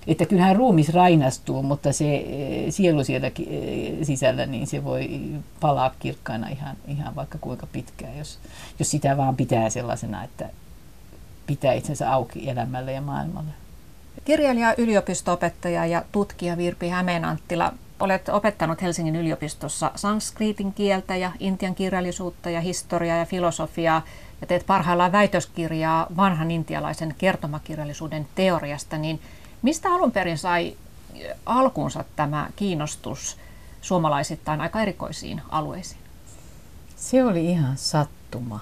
Että kyllähän ruumis rainastuu, mutta se sielu siellä sisällä, niin se voi palaa kirkkaana ihan vaikka kuinka pitkään, jos sitä vaan pitää sellaisena, että pitää itsensä auki elämälle ja maailmalle. Kirjailija, yliopisto-opettaja ja tutkija Virpi Hämeenanttila, olet opettanut Helsingin yliopistossa sanskriitin kieltä ja intian kirjallisuutta ja historiaa ja filosofiaa ja teet parhaillaan väitöskirjaa vanhan intialaisen kertomakirjallisuuden teoriasta, niin mistä alun perin sai alkunsa tämä kiinnostus suomalaisittain aika erikoisiin alueisiin? Se oli ihan sattuma.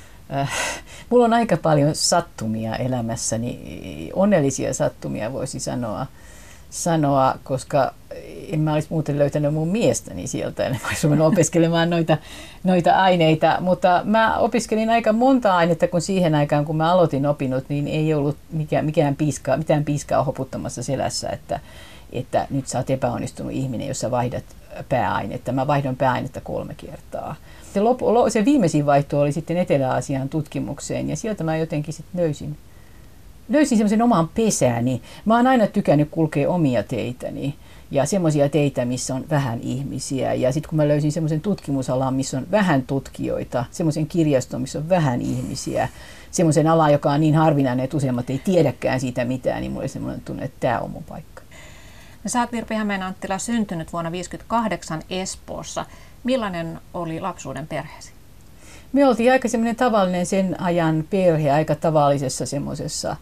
Mulla on aika paljon sattumia elämässäni, onnellisia sattumia voisi sanoa, koska en mä olisi muuten löytänyt mun miestäni sieltä, en olisi ruvennut opiskelemaan noita aineita, mutta mä opiskelin aika monta ainetta, kun siihen aikaan, kun mä aloitin opinnot, niin ei ollut mitään piiskaa hoputtamassa selässä, että nyt sä oot epäonnistunut ihminen, jos sä vaihdat pääainetta. Mä vaihdoin pääainetta 3 kertaa. Se viimeisin vaihto oli sitten Etelä-Aasian tutkimukseen ja sieltä mä jotenkin sitten löysin semmoisen oman pesääni. Mä oon aina tykännyt kulkea omia teitäni ja semmoisia teitä, missä on vähän ihmisiä. Ja sitten kun mä löysin semmoisen tutkimusalan, missä on vähän tutkijoita, semmoisen kirjaston, missä on vähän ihmisiä, semmoisen alan, joka on niin harvinainen, että useimmat ei tiedäkään siitä mitään, niin mulla oli semmoinen tunne, että tämä on mun paikka. Sä oot Virpi Hämeenanttila syntynyt vuonna 1958 Espoossa. Millainen oli lapsuuden perheesi? Me oltiin aika semmoinen tavallinen sen ajan perhe, aika tavallisessa semmoisessa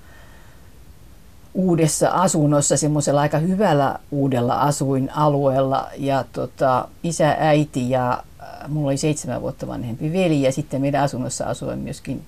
uudessa asunnossa, semmoisella aika hyvällä uudella asuinalueella. Ja isä, äiti ja mulla oli 7 vuotta vanhempi veli ja sitten meidän asunnossa asui myöskin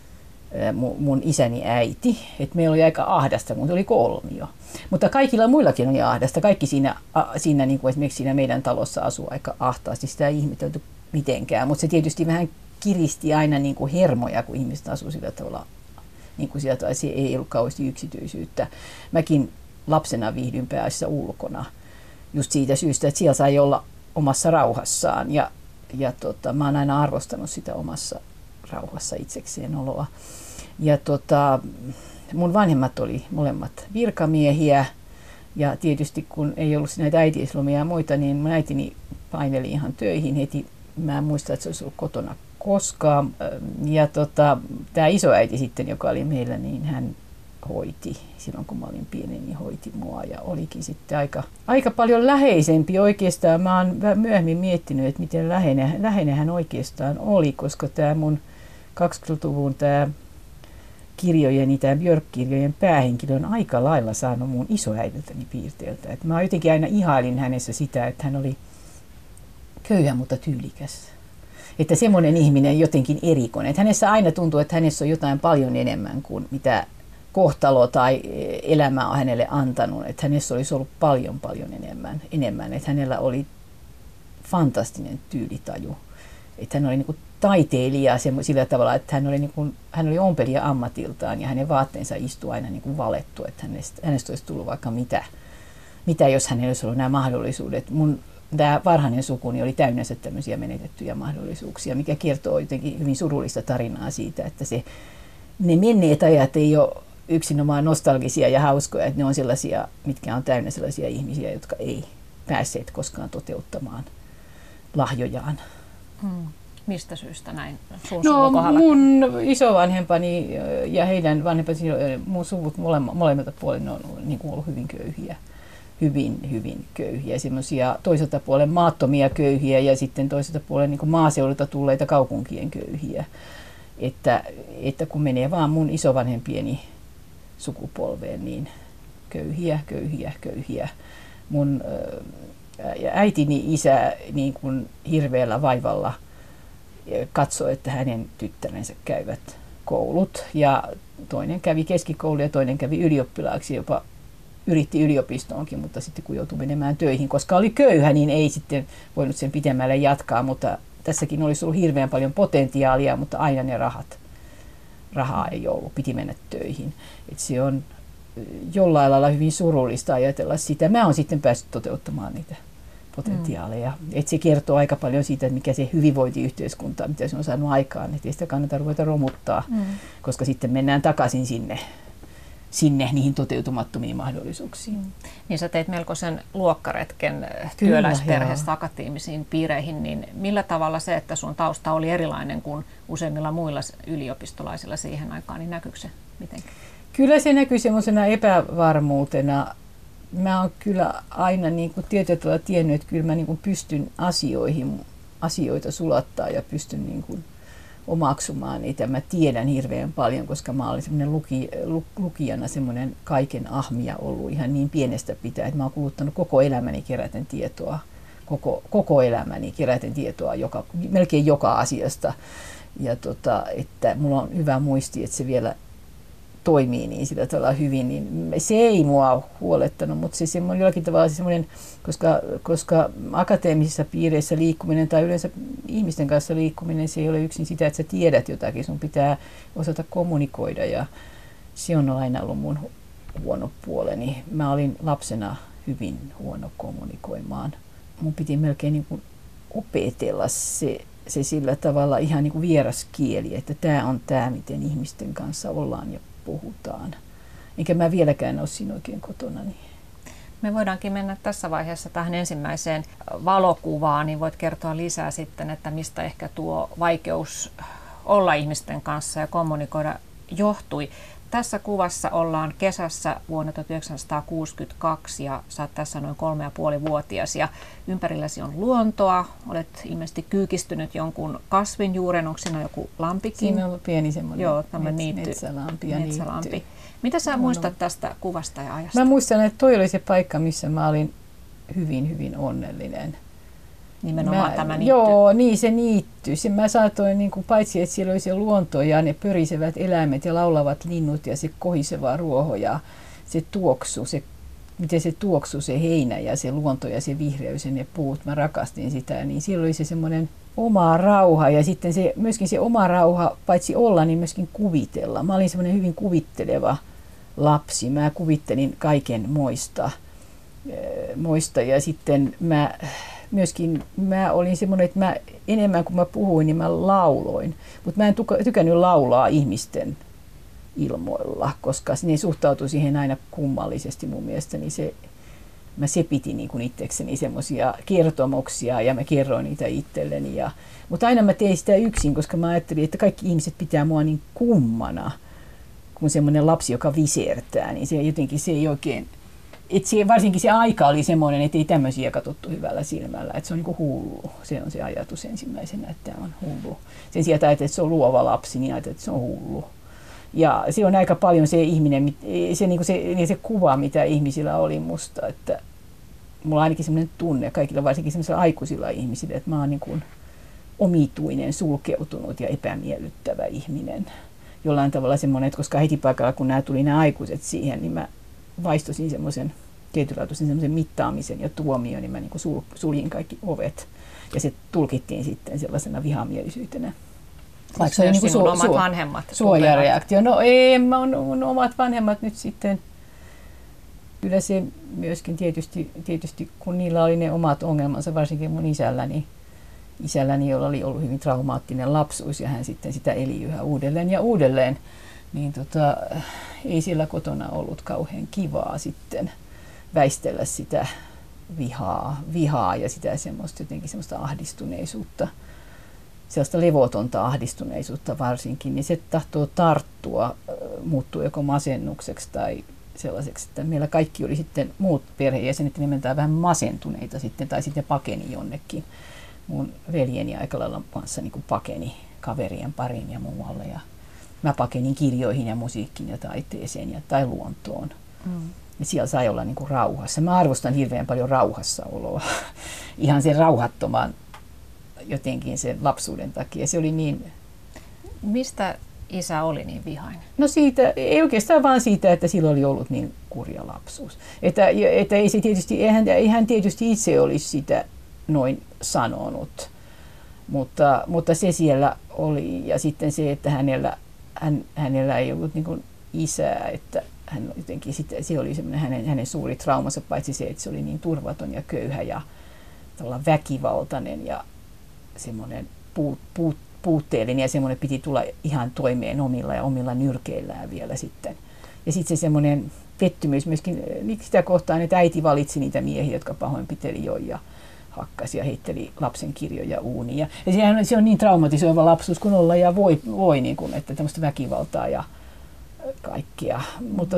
mun isäni äiti. Et meillä oli aika ahdasta, kun se oli kolmio. Mutta kaikilla muillakin oli ahdasta. Kaikki siinä niin kuin esimerkiksi siinä meidän talossa asuu aika ahtaasti. Sitä ei ihmetelty mitenkään, mutta se tietysti vähän kiristi aina niin kuin hermoja, kun ihmiset asuu sillä tavalla. Niin kuin sillä tavalla, se ei ollut kauheasti yksityisyyttä. Mäkin lapsena viihdyin pääasiassa ulkona. Just siitä syystä, että siellä sai olla omassa rauhassaan. Ja mä oon aina arvostanut sitä omassa rauhassa itsekseen oloa. Ja mun vanhemmat oli molemmat virkamiehiä. Ja tietysti kun ei ollut näitä äitiyslomia ja muita, niin mun äitini paineli ihan töihin heti. Mä en muista, että se olisi ollut kotona koskaan. Ja tämä isoäiti sitten, joka oli meillä, niin hän hoiti, silloin kun mä olin pieni, niin hoiti mua ja olikin sitten aika paljon läheisempi oikeastaan. Mä oon myöhemmin miettinyt, että miten läheinen hän oikeastaan oli, koska tämä mun 20-luvun tämä Björk-kirjojen päähenkilö on aika lailla saanut mun isoäidiltäni piirteeltä. Et mä jotenkin aina ihailin hänessä sitä, että hän oli köyhä, mutta tyylikäs. Että semmoinen ihminen jotenkin erikoinen. Että hänessä aina tuntuu, että hänessä on jotain paljon enemmän kuin mitä kohtalo tai elämä on hänelle antanut. Että hänessä olisi ollut paljon enemmän. Että hänellä oli fantastinen tyylitaju. Että hän oli niin kuin taiteilija sillä tavalla, että hän oli ompelija ammatiltaan ja hänen vaatteensa istui aina niin kuin valettu. Että hänestä olisi tullut vaikka mitä jos hänellä olisi ollut nämä mahdollisuudet. Tämä varhainen sukuni oli täynnänsä tämmöisiä menetettyjä mahdollisuuksia, mikä kertoo jotenkin hyvin surullista tarinaa siitä, että ne menneet ajat ei ole yksinomaan nostalgisia ja hauskoja, että ne on sellaisia, mitkä on täynnä sellaisia ihmisiä, jotka ei päässeet koskaan toteuttamaan lahjojaan. Mistä syystä näin sun suvun kohdalla? Mun isovanhempani ja heidän vanhempani, mun suvut molemmilta puolin on niin kuin ollut hyvin köyhiä. Hyvin köyhiä, semmoisia toiselta puolen maattomia köyhiä ja sitten toiselta puolen niin kuin maaseudulta tulleita kaupunkien köyhiä. Että kun menee vaan mun isovanhempieni sukupolveen, niin köyhiä. Mun äitini isä niin kuin hirveällä vaivalla katsoi, että hänen tyttärensä käyvät koulut ja toinen kävi keskikoulu ja toinen kävi ylioppilaaksi, jopa yritti yliopistoonkin, mutta sitten kun joutui menemään töihin, koska oli köyhä, niin ei sitten voinut sen pitemmälle jatkaa, mutta tässäkin olisi ollut hirveän paljon potentiaalia, mutta aina ne rahaa ei ollut, piti mennä töihin. Et se on jollain lailla hyvin surullista ajatella sitä. Mä oon sitten päässyt toteuttamaan niitä potentiaaleja. Et se kertoo aika paljon siitä, että mikä se hyvinvointiyhteiskunta, mitä se on saanut aikaan, että ei sitä kannata ruveta romuttaa, koska sitten mennään takaisin sinne sinne niihin toteutumattomiin mahdollisuuksiin. Niin sä teit melkoisen luokkaretken työläisperheestä akateemisiin piireihin, niin millä tavalla se, että sun tausta oli erilainen kuin useimmilla muilla yliopistolaisilla siihen aikaan, niin näkyykö se mitenkään? Kyllä se näkyy semmoisena epävarmuutena. Mä oon kyllä aina niin kuin tietyllä tavalla tiennyt, että kyllä mä niin kuin pystyn asioita sulattaa ja pystyn niin kuin omaksumaan niitä. Mä tiedän hirveän paljon, koska mä olin semmoinen lukijana semmoinen kaiken ahmija ollut ihan niin pienestä pitää, että mä oon kuluttanut koko elämäni keräten tietoa, koko elämäni keräten tietoa melkein joka asiasta. Ja että mulla on hyvä muisti, että se vielä toimii niin sillä tavalla hyvin, niin se ei mua huolettanut, mutta se semmoinen jollakin tavalla semmoinen, koska akateemisissa piireissä liikkuminen tai yleensä ihmisten kanssa liikkuminen, se ei ole yksin sitä, että sä tiedät jotakin, sun pitää osata kommunikoida ja se on aina ollut mun huono puoleni. Mä olin lapsena hyvin huono kommunikoimaan. Mun piti melkein niin kuin opetella se sillä tavalla ihan niin kuin vieras kieli, että tämä on tämä, miten ihmisten kanssa ollaan ja puhutaan. Enkä mä vieläkään ole siinä oikein kotona. Niin. Me voidaankin mennä tässä vaiheessa tähän ensimmäiseen valokuvaan, niin voit kertoa lisää sitten, että mistä ehkä tuo vaikeus olla ihmisten kanssa ja kommunikoida johtui. Tässä kuvassa ollaan kesässä vuonna 1962 ja sä oot tässä noin 3,5-vuotias ja ympärilläsi on luontoa. Olet ilmeisesti kyykistynyt jonkun kasvin juuren, onko siinä joku lampikin? Siinä on pieni semmoinen metsälampi. Mitä sä muistat tästä kuvasta ja ajasta? Mä muistan, että toi oli se paikka, missä mä olin hyvin, hyvin onnellinen. Nimenomaan tämä niitty. Joo, niin se niitty. Mä saatoin, niin kuin, paitsi että siellä oli se luonto ja ne pörisevät eläimet ja laulavat linnut ja se kohiseva ruoho ja se tuoksu, miten se tuoksu se heinä ja se luonto ja se vihreys ja ne puut, mä rakastin sitä. Niin siellä oli se semmoinen oma rauha ja sitten myöskin se oma rauha, paitsi olla, niin myöskin kuvitella. Mä olin semmoinen hyvin kuvitteleva lapsi. Mä kuvittelin kaiken moista ja sitten mä olin semmoinen, että enemmän kuin mä puhuin, niin mä lauloin. Mutta mä en tykännyt laulaa ihmisten ilmoilla, koska ne suhtautui siihen aina kummallisesti mun mielestä. Niin mä sepitin niin kuin itsekseni semmoisia kertomuksia ja mä kerroin niitä itselleni. Mutta aina mä tein sitä yksin, koska mä ajattelin, että kaikki ihmiset pitää mua niin kummana, kun semmoinen lapsi, joka visertää, niin se ei oikein. Varsinkin se aika oli semmoinen, että ei tämmöisiä katsottu hyvällä silmällä, että se on niin kuin hullu. Se on se ajatus ensimmäisenä, että tämä on hullu. Sen sijaan, että se on luova lapsi, niin ajatellaan, että se on hullu. Ja se on aika paljon se ihminen, se kuva, mitä ihmisillä oli musta. Että mulla on ainakin semmoinen tunne, kaikilla varsinkin semmoisilla aikuisilla ihmisillä, että mä oon niin kuin omituinen, sulkeutunut ja epämiellyttävä ihminen. Jollain tavalla semmoinen, että koska heti paikalla, kun nämä aikuiset siihen, niin mä vaistosin semmoisen tietynlaatuisen semmoisen mittaamisen ja tuomion, niin mä niin kuin suljin kaikki ovet. Ja se tulkittiin sitten sellaisena vihamielisyytenä. Vaikka se oli niin kuin omat vanhemmat. Suojareaktio. No ei, mun omat vanhemmat nyt sitten. Kyllä se myöskin tietysti, kun niillä oli ne omat ongelmansa, varsinkin mun isälläni, jolla oli ollut hyvin traumaattinen lapsuus ja hän sitten sitä eli yhä uudelleen ja uudelleen. Niin ei siellä kotona ollut kauhean kivaa sitten väistellä sitä vihaa ja sitä jotenkin semmoista ahdistuneisuutta, sellaista levotonta ahdistuneisuutta varsinkin, niin se tahtoo tarttua, muuttuu joko masennukseksi tai sellaiseksi, että meillä kaikki oli sitten muut perheenjäsenet nimeltään vähän masentuneita sitten tai sitten pakeni jonnekin. Mun veljeni aika lailla kanssa niin kuin pakeni kaverien pariin ja muualle ja mä pakenin kirjoihin ja musiikkiin ja taiteeseen tai luontoon. Ja siellä sai olla niin kuin rauhassa. Mä arvostan hirveän paljon rauhassaoloa. Ihan sen rauhattoman jotenkin sen lapsuuden takia. Se oli niin. Mistä isä oli niin vihainen? No siitä, ei oikeastaan vaan siitä, että sillä oli ollut niin kurja lapsuus. Että ei hän tietysti itse olisi sitä noin sanonut. Mutta se siellä oli. Ja sitten se, että hänellä ei ollut niin kuin isää, että hän jotenkin se oli semmoinen hänen suuri traumansa, paitsi se, että se oli niin turvaton ja köyhä ja väkivaltainen ja semmoinen puutteellinen ja semmoinen piti tulla ihan toimeen omilla nyrkeillään vielä sitten. Ja sitten se semmoinen pettymys myöskin sitä kohtaan, että äiti valitsi niitä miehiä, jotka pahoinpiteli jo ja hakkasi ja heitteli lapsen kirjoja uuniin. Ja se on niin traumatisoiva lapsuus kuin olla ja voi niin kuin, että tämmöistä väkivaltaa ja kaikkia. Mutta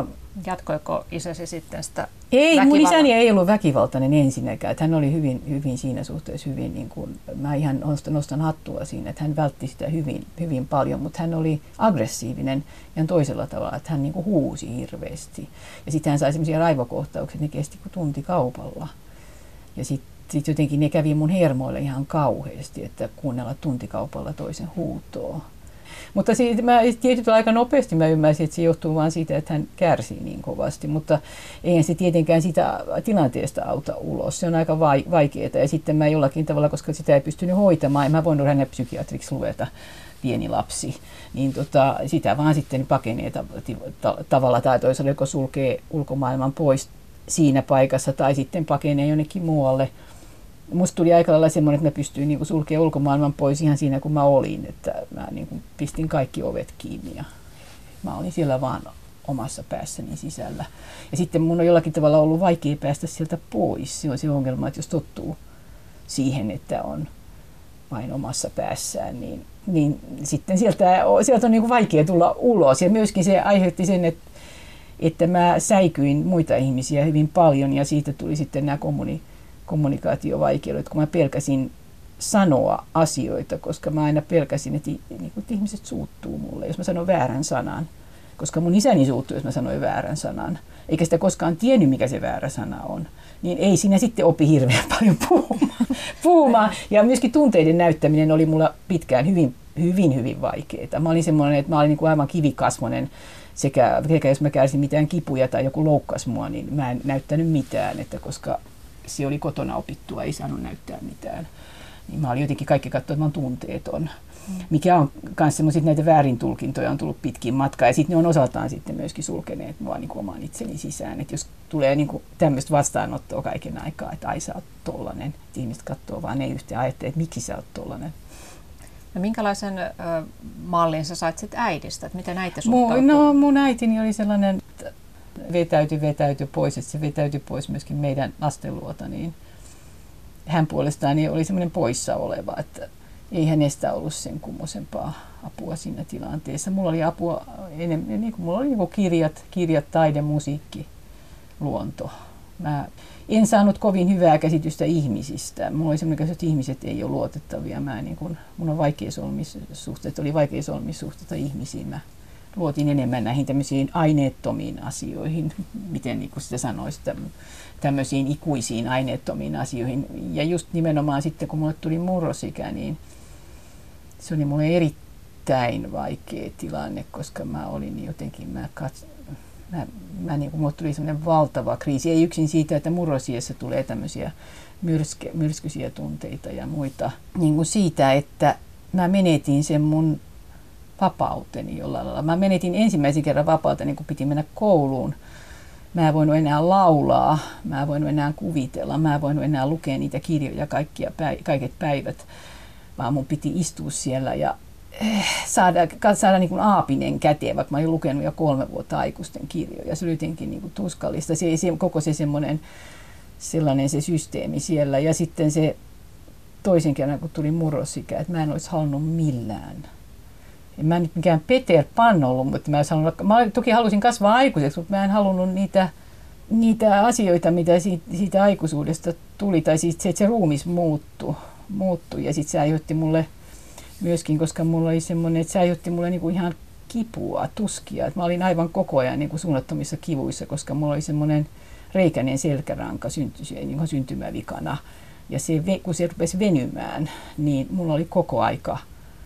jatkoiko isäsi sitten sitä ei, mun isäni ei ollut väkivaltainen ensinnäkään. Hän oli hyvin siinä suhteessa hyvin, niin kuin, mä ihan nostan hattua siinä, että hän vältti sitä hyvin paljon, mutta hän oli aggressiivinen ihan toisella tavalla, että hän niin kuin huusi hirveästi. Ja sitten hän sai sellaisia raivokohtauksia, että ne kesti kuin tunti-kaupalla. Ja sitten jotenkin ne kävi mun hermoille ihan kauheasti, että kuunnella tuntikaupalla toisen huutoa. Mutta mä tietysti aika nopeasti mä ymmärsin, että se johtuu vain siitä, että hän kärsii niin kovasti, mutta eihän se tietenkään sitä tilanteesta auta ulos. Se on aika vaikeaa ja sitten mä jollakin tavalla, koska sitä ei pystynyt hoitamaan, en mä voinut hänen psykiatriksi ruveta, pieni lapsi, niin sitä vaan sitten pakenee tavalla tai toisella, joko sulkee ulkomaailman pois siinä paikassa tai sitten pakenee jonnekin muualle. Musta tuli aika lailla semmoinen, että mä pystyin niinku sulkemaan ulkomaailman pois ihan siinä, kun mä olin. Että mä niinku pistin kaikki ovet kiinni ja mä olin siellä vaan omassa päässäni sisällä. Ja sitten mun on jollakin tavalla ollut vaikea päästä sieltä pois. Se on se ongelma, että jos tottuu siihen, että on vain omassa päässään, niin sitten sieltä on niinku vaikea tulla ulos. Ja myöskin se aiheutti sen, että mä säikyin muita ihmisiä hyvin paljon ja siitä tuli sitten nämä kommunikaatiovaikeudet, kun mä pelkäsin sanoa asioita, koska mä aina pelkäsin, että ihmiset suuttuu mulle, jos mä sanon väärän sanan. Koska mun isäni suuttui, jos mä sanoin väärän sanan. Eikä sitä koskaan tiennyt, mikä se väärä sana on. Niin ei siinä sitten opi hirveän paljon puhumaan. Ja myöskin tunteiden näyttäminen oli mulla pitkään hyvin vaikeaa. Mä olin semmoinen, että mä olin niin kuin aivan kivikasvoinen. Sekä jos mä kärsin mitään kipuja tai joku loukkasi mua, niin mä en näyttänyt mitään, että koska se oli kotona opittua, ei saanut näyttää mitään. Niin mä olin jotenkin kaikki katsoa, että mä oon tunteeton. Mikä on myös semmoisia näitä väärintulkintoja on tullut pitkin matkaa. Ja sitten ne on osaltaan sitten myöskin sulkeneet mua niin kuin oman itseni sisään. Että jos tulee niin kuin tämmöistä vastaanottoa kaiken aikaa, että ai sä oot tollanen. Että ihmiset katsoo vaan ne yhteen ajattelee, että miksi sä oot tollanen. No minkälaisen mallin sä sait sitten äidistä? Että miten äiti suhtautuu? No mun äitini oli sellainen, että vetäytyi pois, että se vetäytyi pois myöskin meidän lasten luota, niin hän puolestaan oli semmoinen poissa oleva, että ei hänestä ollut sen kummosempaa apua siinä tilanteessa. Mulla oli apua enemmän, niin kuin mulla oli kirjat, taide, musiikki, luonto. Mä en saanut kovin hyvää käsitystä ihmisistä. Mulla oli semmoinen käsitys, että ihmiset ei ole luotettavia. Mun on vaikea solmissuhteita ihmisiin. Mä luotin enemmän näihin tämmöisiin aineettomiin asioihin, miten niin kuin sitä sanoisi, tämmöisiin ikuisiin aineettomiin asioihin. Ja just nimenomaan sitten, kun mulle tuli murrosikä, niin se oli mulle erittäin vaikea tilanne, koska mä olin jotenkin, mulle tuli semmoinen valtava kriisi. Ei yksin siitä, että murrosiässä tulee tämmöisiä myrskyisiä tunteita ja muita. Niin kuin siitä, että mä menetin sen mun vapauteni jollain lailla. Mä menetin ensimmäisen kerran vapauteni, kun piti mennä kouluun. Mä en voinut enää laulaa, mä en voinut enää kuvitella, mä en voinut enää lukea niitä kirjoja kaiket päivät, vaan mun piti istua siellä ja saada niin kuin aapinen käteen, vaikka mä olin lukenut jo 3 vuotta aikuisten kirjoja. Se oli jotenkin niin kuin tuskallista, koko se sellainen se systeemi siellä. Ja sitten se toisen kerran, kun tuli murrosikä, että mä en olisi halunnut millään. Mä en nyt mikään Peter Pan ollut, mutta mä toki halusin kasvaa aikuiseksi, mutta mä en halunnut niitä asioita, mitä siitä aikuisuudesta tuli, tai siis se, että se ruumis muuttui. Ja sitten se aiheutti mulle myöskin, koska mulla oli semmoinen, että se aiheutti mulle niinku ihan kipua, tuskia. Että mä olin aivan koko ajan niinku suunnattomissa kivuissa, koska mulla oli semmoinen reikäinen selkäranka niinku syntymävikana. Ja kun se rupesi venymään, niin mulla oli koko aika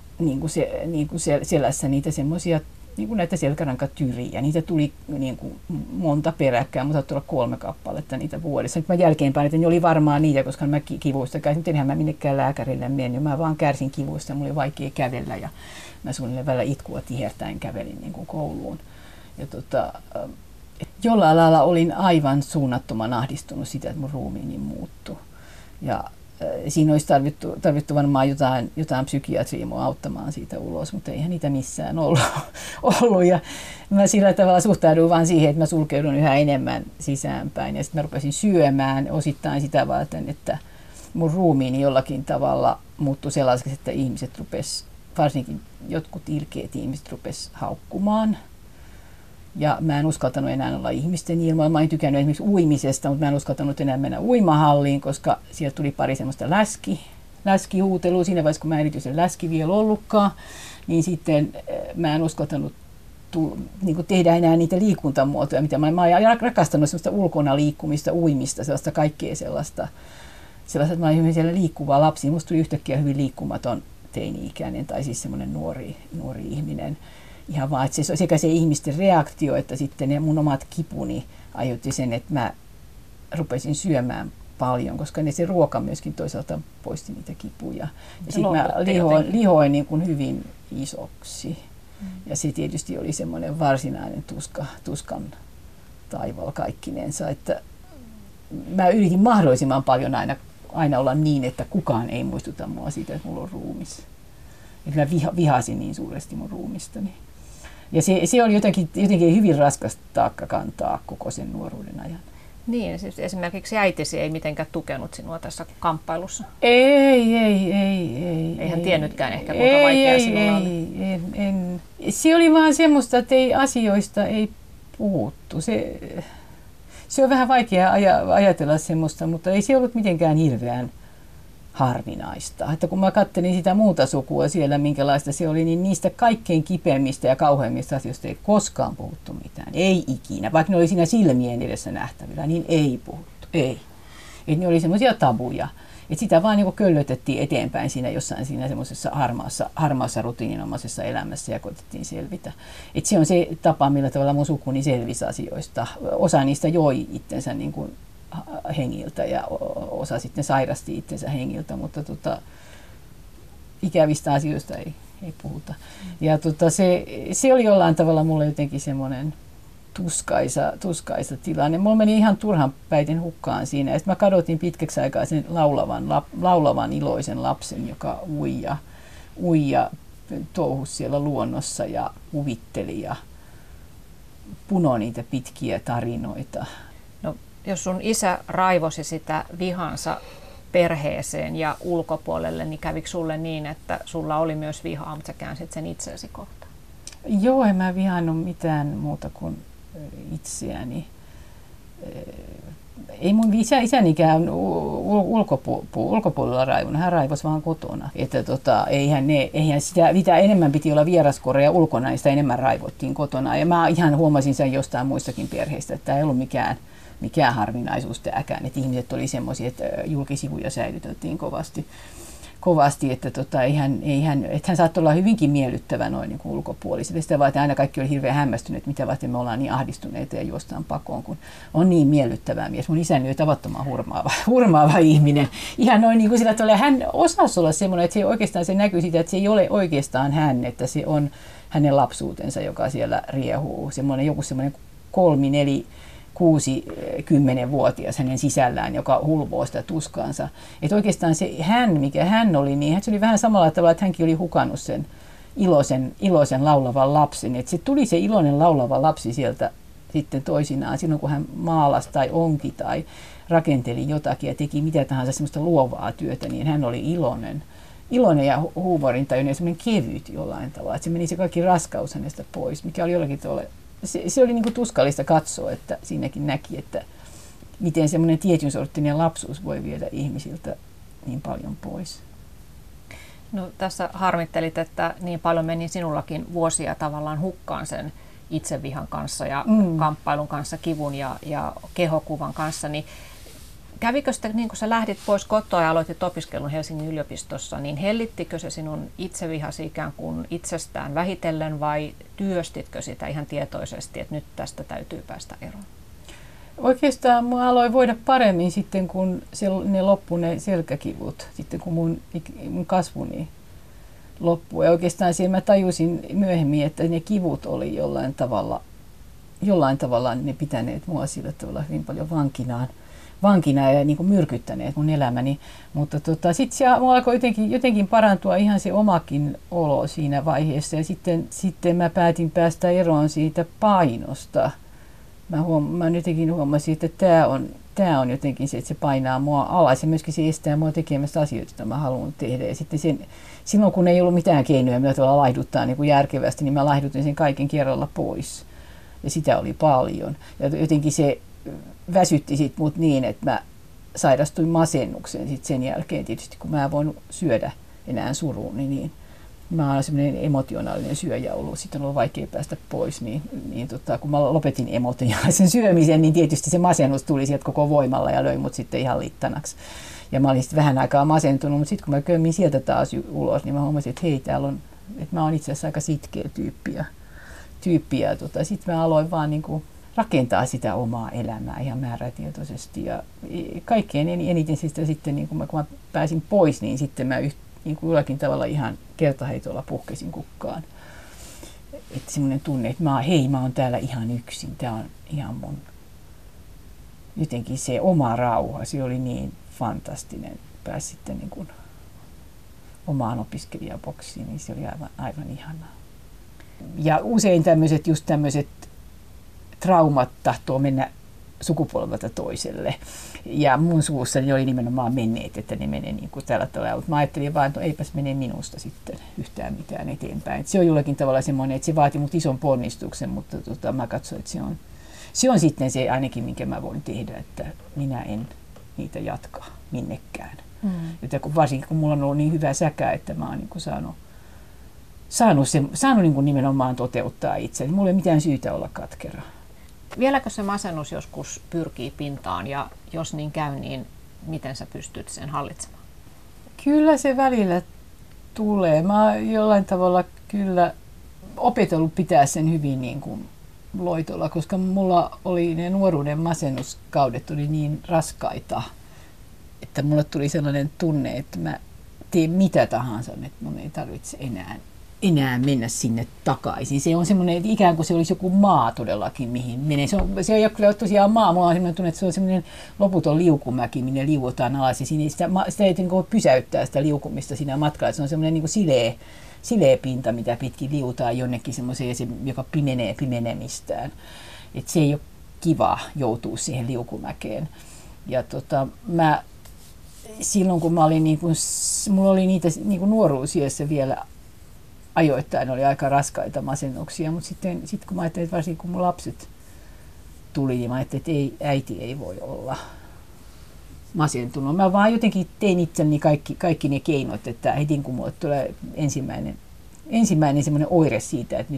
selässä niitä semmoisia niin näitä selkärankatyriä. Niitä tuli niin kuin monta peräkkäin, mutta saattoi olla 3 kappaletta niitä vuodessa. Nyt mä jälkeenpäin, että ne oli varmaan niitä, koska mä kivuista käsin. Nyt enhän mä minnekään lääkärille mennyt. Mä vaan kärsin kivuista ja mulla oli vaikea kävellä ja mä suunnilleen välillä itkua tihertäen kävelin niin kuin kouluun. Ja jollain lailla olin aivan suunnattoman ahdistunut sitä, että mun ruumiini muuttui. Ja siinä olisi tarvittu varmaan jotain psykiatria mua auttamaan siitä ulos, mutta eihän niitä missään ollut. Ja mä sillä tavalla suhtaudun vaan siihen, että mä sulkeudun yhä enemmän sisäänpäin. Ja sitten mä rupesin syömään osittain sitä varten, että mun ruumiini jollakin tavalla muuttui sellaiseksi, että ihmiset rupes, varsinkin jotkut ilkeät ihmiset rupes haukkumaan. Ja mä en uskaltanut enää olla ihmisten ilmoilla. Mä en tykännyt esimerkiksi uimisesta, mutta mä en uskaltanut enää mennä uimahalliin, koska sieltä tuli pari semmoista läskihuutelua. Siinä vaiheessa, kun mä erityisen läski vielä ollutkaan, niin sitten mä en uskaltanut niin tehdä enää niitä liikuntamuotoja, mitä mä oon rakastanut, semmoista ulkona liikkumista, uimista, sellaista kaikkea sellaista, että mä olin hyvin siellä liikkuva lapsi. Musta tuli yhtäkkiä hyvin liikkumaton teini-ikäinen tai siis semmoinen nuori ihminen. Ihan vaan, että sekä se ihmisten reaktio että sitten ne mun omat kipuni aiheutti sen, että mä rupesin syömään paljon, koska se ruoka myöskin toisaalta poisti niitä kipuja. Ja sitten mä lihoin niin kuin hyvin isoksi. Ja se tietysti oli semmoinen varsinainen tuskan taival kaikkinensa, että mä yritin mahdollisimman paljon aina olla niin, että kukaan ei muistuta mua siitä, että mulla on ruumis. Että mä vihasin niin suuresti mun ruumistani. Ja se oli jotenkin hyvin raskas taakka kantaa koko sen nuoruuden ajan. Niin, siis esimerkiksi äitisi ei mitenkään tukenut sinua tässä kamppailussa. Ei. Eihän tiennytkään ehkä, kuinka vaikeaa sinulla oli. En. Se oli vaan semmoista, että asioista ei puhuttu. Se on vähän vaikea ajatella semmoista, mutta ei se ollut mitenkään hirveän harvinaista. Että kun mä katselin sitä muuta sukua siellä, minkälaista se oli, niin niistä kaikkein kipeimmistä ja kauheimmista asioista ei koskaan puhuttu mitään. Ei ikinä. Vaikka ne oli siinä silmien edessä nähtävillä, niin ei puhuttu. Ei. Et ne oli semmoisia tabuja. Et sitä vaan niin köllötettiin eteenpäin siinä jossain siinä semmoisessa harmaassa rutiininomaisessa elämässä ja koitettiin selvitä. Et se on se tapa, millä tavalla mun sukuni selvisi asioista. Osa niistä joi itsensä niin kuin hengiltä ja osa sitten sairasti itsensä hengiltä, mutta ikävistä asioista ei puhuta. Ja se oli jollain tavalla mulle jotenkin semmoinen tuskaisa tilanne. Mulla meni ihan turhan päiten hukkaan siinä. Ja sitten mä kadotin pitkäksi aikaa sen laulavan iloisen lapsen, joka ui ja touhusi siellä luonnossa ja kuvitteli ja punoi niitä pitkiä tarinoita. No, jos sun isä raivosi sitä vihansa perheeseen ja ulkopuolelle, niin kävikö sulle niin, että sulla oli myös vihaa, mutta sä käänsit sen itseäsi kohtaan? Joo, en mä vihannut mitään muuta kuin itseäni. Ei mun isänikään ulkopuolella raivonut, hän raivosi vaan kotona. Että eihän sitä, mitä enemmän piti olla vieraskoreja ulkona, niin sitä enemmän raivottiin kotona. Ja mä ihan huomasin sen jostain muistakin perheistä, että tämä ei ollut mikään harvinaisuus tämäkään. Että ihmiset oli semmoisia, että julkisivuja säilytettiin kovasti, että että hän saattoi olla hyvinkin miellyttävä noin niin kuin ulkopuolisesti. Sitä vaan, että aina kaikki oli hirveän hämmästyneet, mitä varten me ollaan niin ahdistuneita ja juostaan pakoon, kun on niin miellyttävää mies. Mun isäni oli tavattoman hurmaava ihminen. Ihan noin niin kuin sillä tavalla, hän osasi olla semmoinen, että se näkyy sitä, että se ei ole oikeastaan hän, että se on hänen lapsuutensa, joka siellä riehuu. Joku semmoinen 3, 4, 6, 10-vuotias hänen sisällään, joka hulvoo sitä tuskaansa. Että oikeastaan se mikä hän oli, niin se oli vähän samalla tavalla, että hänkin oli hukannut sen iloisen laulavan lapsen. Että se tuli se iloinen laulava lapsi sieltä sitten toisinaan, silloin kun hän maalasi tai onki tai rakenteli jotakin ja teki mitä tahansa semmoista luovaa työtä, niin hän oli iloinen ja huumorintajuinen ja semmoinen kevyt jollain tavalla. Että se meni se kaikki raskaus hänestä pois, mikä oli jollakin tavalla. Se oli niin kuin tuskallista katsoa, että siinäkin näki, että miten semmoinen tietyn sorttinen lapsuus voi viedä ihmisiltä niin paljon pois. No, tässä harmittelit, että niin paljon meni sinullakin vuosia tavallaan hukkaan sen itsevihan kanssa ja kamppailun kanssa, kivun ja kehokuvan kanssa. Niin kävikö sitä, niin kun sä lähdit pois kotoa ja aloitit opiskelun Helsingin yliopistossa, niin hellittikö se sinun itsevihasi ikään kuin itsestään vähitellen vai työstitkö sitä ihan tietoisesti, että nyt tästä täytyy päästä eroon? Oikeastaan mä aloin voida paremmin sitten, kun ne loppui ne selkäkivut, sitten kun mun kasvuni loppui. Ja oikeastaan siellä mä tajusin myöhemmin, että ne kivut oli jollain tavalla jollain tavalla ne pitäneet mua sillä tavalla hyvin paljon vankina ja niin kuin myrkyttäneet mun elämäni. Mutta sitten mulla alkoi jotenkin parantua ihan se omakin olo siinä vaiheessa. Ja sitten mä päätin päästä eroon siitä painosta. Mä jotenkin huomasin, että tämä on jotenkin se, että se painaa mua alas ja myöskin se estää mua tekemästä asioita, joita mä haluan tehdä. Ja sitten silloin, kun ei ollut mitään keinoja, millä tavalla laihduttaa niin kuin järkevästi, niin mä laihdutin sen kaiken kerralla pois. Ja sitä oli paljon. Ja jotenkin se väsytti sit mut niin, että mä sairastuin masennukseen sit sen jälkeen. Tietysti kun mä en voinut syödä enää suruun, niin mä olen semmoinen emotionaalinen syöjä ollut. Sitten on ollut vaikea päästä pois. Kun mä lopetin emotionaalisen syömisen, niin tietysti se masennus tuli sieltä koko voimalla ja löi mut sitten ihan littanaksi. Ja mä olin sitten vähän aikaa masentunut, mutta sitten kun mä kömmin sieltä taas ulos, niin mä huomasin, että hei, että mä oon itse asiassa aika sitkeä tyyppi. Sitten mä aloin vaan niin kuin rakentaa sitä omaa elämää ihan määrätietoisesti. Ja kaikkein eniten sitten niin kun mä pääsin pois, niin sitten mä niin kuin jollakin tavalla ihan kertaheitolla puhkesin kukkaan. Että semmoinen tunne, että mä oon täällä ihan yksin. Tää on ihan mun jotenkin se oma rauha. Se oli niin fantastinen. Pääsi sitten niin kuin omaan opiskelijaboksiin, niin se oli aivan ihanaa. Ja usein tämmöiset traumat tahtoo mennä sukupolvelta toiselle. Ja mun suvussani oli nimenomaan menneet, että ne menee niin kuin tällä tavalla. Mutta mä ajattelin vaan, että eipäs mene minusta sitten yhtään mitään eteenpäin. Et se on jollakin tavalla semmoinen, että se vaati mut ison ponnistuksen, mutta mä katsoin, että se on sitten se ainakin, minkä mä voin tehdä, että minä en niitä jatka minnekään. Varsinkin kun mulla on ollut niin hyvä säkä, että mä oon niin kuin saanut niin kuin nimenomaan toteuttaa itseäni. Mulla ei mitään syytä olla katkera. Vieläkö se masennus joskus pyrkii pintaan ja jos niin käy, niin miten sä pystyt sen hallitsemaan? Kyllä se välillä tulee. Mä oon jollain tavalla kyllä opetellut pitää sen hyvin niin kuin loitolla, koska mulla oli ne nuoruuden masennuskaudet oli niin raskaita, että mulle tuli sellainen tunne, että mä teen mitä tahansa, että mun ei tarvitse enää mennä sinne takaisin. Se on semmoinen, että ikään kuin se olisi joku maa todellakin, mihin menee. Se ei ole kyllä tosiaan maa. Mulla on semmoinen tunne, että se on semmoinen loputon liukumäki, minne liuutaan alas. Ja sitä ei pysäyttää sitä liukumista siinä matkalla. Se on semmoinen niin kuin sileä pinta, mitä pitkin liutaan jonnekin semmoiseen, joka pimenee pimenemistään. Et se ei ole kiva joutua siihen liukumäkeen. Ja silloin kun mä olin mulla oli niitä nuoruusiässä vielä ajoittain oli aika raskaita masennuksia, mutta sitten kun mä ajattelin, että varsinkin kun mun lapset tuli, niin mä ajattelin, että äiti ei voi olla masentunut. Mä vaan jotenkin tein itselleni kaikki ne keinot, että heti kun mulle tulee ensimmäinen semmoinen oire siitä, että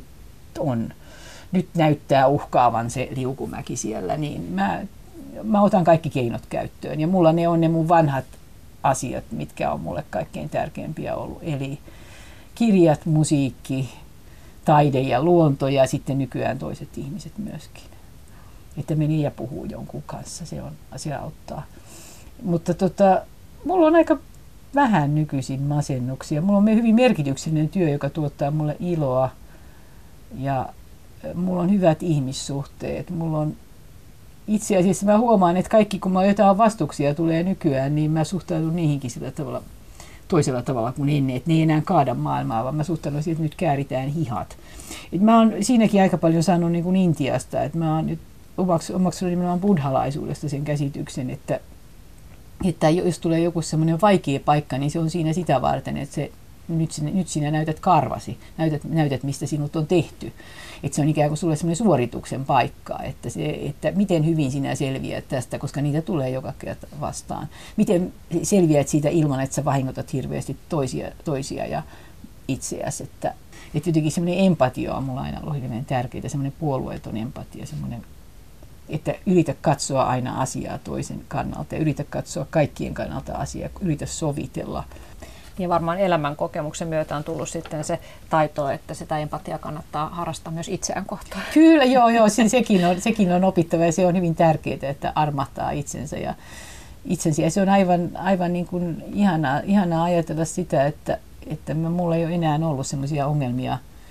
nyt näyttää uhkaavan se liukumäki siellä, niin mä otan kaikki keinot käyttöön. Ja mulla ne on ne mun vanhat asiat, mitkä on mulle kaikkein tärkeimpiä ollut. Eli kirjat, musiikki, taide ja luonto ja sitten nykyään toiset ihmiset myöskin. Että menee ja puhuu jonkun kanssa, se auttaa. Mutta mulla on aika vähän nykyisin masennuksia. Mulla on hyvin merkityksellinen työ, joka tuottaa mulle iloa ja mulla on hyvät ihmissuhteet. Mulla on itse asiassa mä huomaan, että kaikki kun jotain vastuksia tulee nykyään, niin mä suhtaudun niihinkin sillä tavalla toisella tavalla kuin ennen, että ne ei enää kaada maailmaa, vaan mä suhtaudun siihen, että nyt kääritään hihat. Et mä oon siinäkin aika paljon saanut niin kuin Intiasta, että mä oon nyt omaksunut nimenomaan buddhalaisuudesta sen käsityksen, että jos tulee joku semmoinen vaikea paikka, niin se on siinä sitä varten, että nyt sinä näytät karvasi, näytät mistä sinut on tehty. Että se on ikään kuin sulle semmoinen suorituksen paikka, että miten hyvin sinä selviät tästä, koska niitä tulee joka kerta vastaan. Miten selviät siitä ilman, että sä vahingotat hirveästi toisia ja itseäsi. Että jotenkin semmoinen empatia on mulla aina ollut hirveän tärkeää, semmoinen puolueeton empatia, semmoinen, että yritä katsoa aina asiaa toisen kannalta ja yritä katsoa kaikkien kannalta asiaa, yritä sovitella. Ja varmaan elämän kokemuksen myötä on tullut sitten se taito, että sitä empatiaa kannattaa harrastaa myös itseään kohtaan. Kyllä, joo, sekin on opittava ja se on hyvin tärkeää, että armahtaa itsensä. Ja se on aivan niin kuin ihanaa ajatella sitä, että mulla ei ole enää ollut sellaisia ongelmia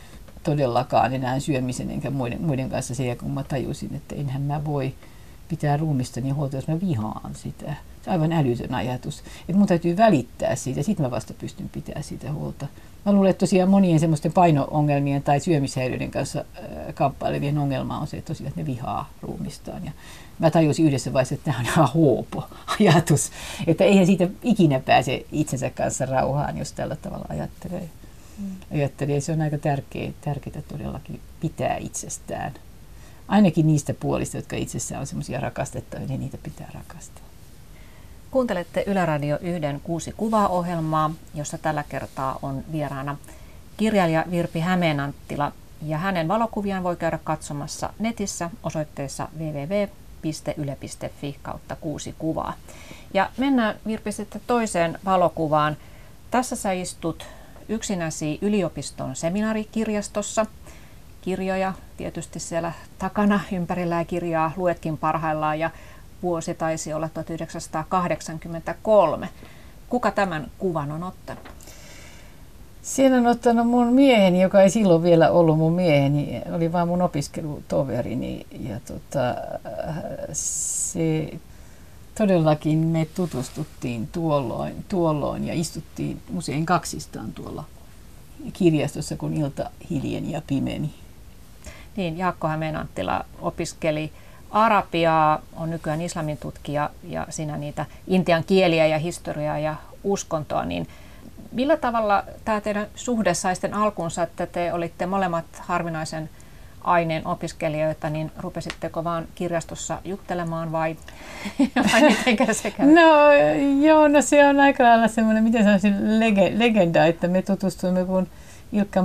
todellakaan enää syömisen enkä muiden kanssa sen, kun mä tajusin, että enhän mä voi pitää ruumistani huolta, jos mä vihaan sitä. Se on aivan älytön ajatus. Että mun täytyy välittää siitä, sitten mä vasta pystyn pitämään siitä huolta. Mä luulen, että tosiaan monien semmoisten paino-ongelmien tai syömishäiriöiden kanssa kamppailevien ongelma on se, että tosiaan ne vihaa ruumistaan. Ja mä tajusin yhdessä vaiheessa, että tämä on ihan huopo ajatus. Että eihän siitä ikinä pääse itsensä kanssa rauhaan, jos tällä tavalla ajattelee. Ajattelee, se on aika tärkeää todellakin pitää itsestään. Ainakin niistä puolista, jotka itsessään on semmoisia rakastettavia, niin niitä pitää rakastaa. Kuuntelette Yle Radio 1 6 kuvaa-ohjelmaa, jossa tällä kertaa on vieraana kirjailija Virpi Hämeenanttila. Ja hänen valokuviaan voi käydä katsomassa netissä osoitteessa www.yle.fi/6kuvaa. Ja mennään, Virpi, sitten toiseen valokuvaan. Tässä sä istut yksinäsi yliopiston seminaarikirjastossa. Kirjoja tietysti siellä takana, ympärillä kirjaa luetkin parhaillaan, ja vuosi taisi olla 1983. Kuka tämän kuvan on ottanut? Siinä on ottanut mun mieheni, joka ei silloin vielä ollut mun mieheni, oli vaan mun opiskelutoverini. Ja se todellakin me tutustuttiin tuolloin ja istuttiin usein kaksistaan tuolla kirjastossa, kun ilta hiljeni ja pimeni. Niin, Jaakko Hämeenanttila opiskeli arabiaa, on nykyään islamin tutkija ja siinä niitä intian kieliä ja historiaa ja uskontoa, niin millä tavalla tämä teidän suhde sai sitten alkunsa, että te olitte molemmat harvinaisen aineen opiskelijoita, niin rupesitteko vaan kirjastossa juttelemaan vai mitenkä se käy? No joo, no se on aika lailla semmoinen, miten sanoisin, legenda, että me tutustuimme, kun Ilkka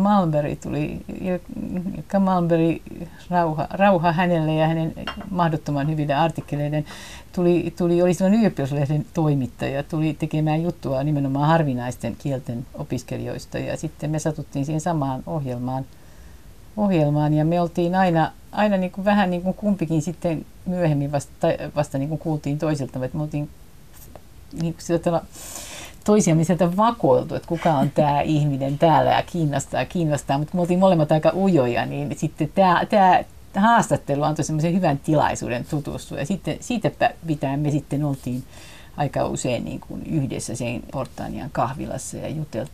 Malmberg, rauha hänelle ja hänen mahdottoman hyville artikkeleiden, oli sellainen ylioppilaslehden toimittaja, tuli tekemään juttua nimenomaan harvinaisten kielten opiskelijoista, ja sitten me satuttiin siihen samaan ohjelmaan ja me oltiin aina niin kuin vähän niin kuin kumpikin sitten myöhemmin vasta niin kuin kuultiin toisilta, että me oltiin niin kuin sillä toisiamme sieltä vakoiltu, että kuka on tämä ihminen täällä ja kiinnostaa, mutta me oltiin molemmat aika ujoja, niin sitten tämä haastattelu antoi semmoisen hyvän tilaisuuden tutustua, ja sitten siitä pitäen me sitten oltiin aika usein niin kuin yhdessä sen Portanian kahvilassa ja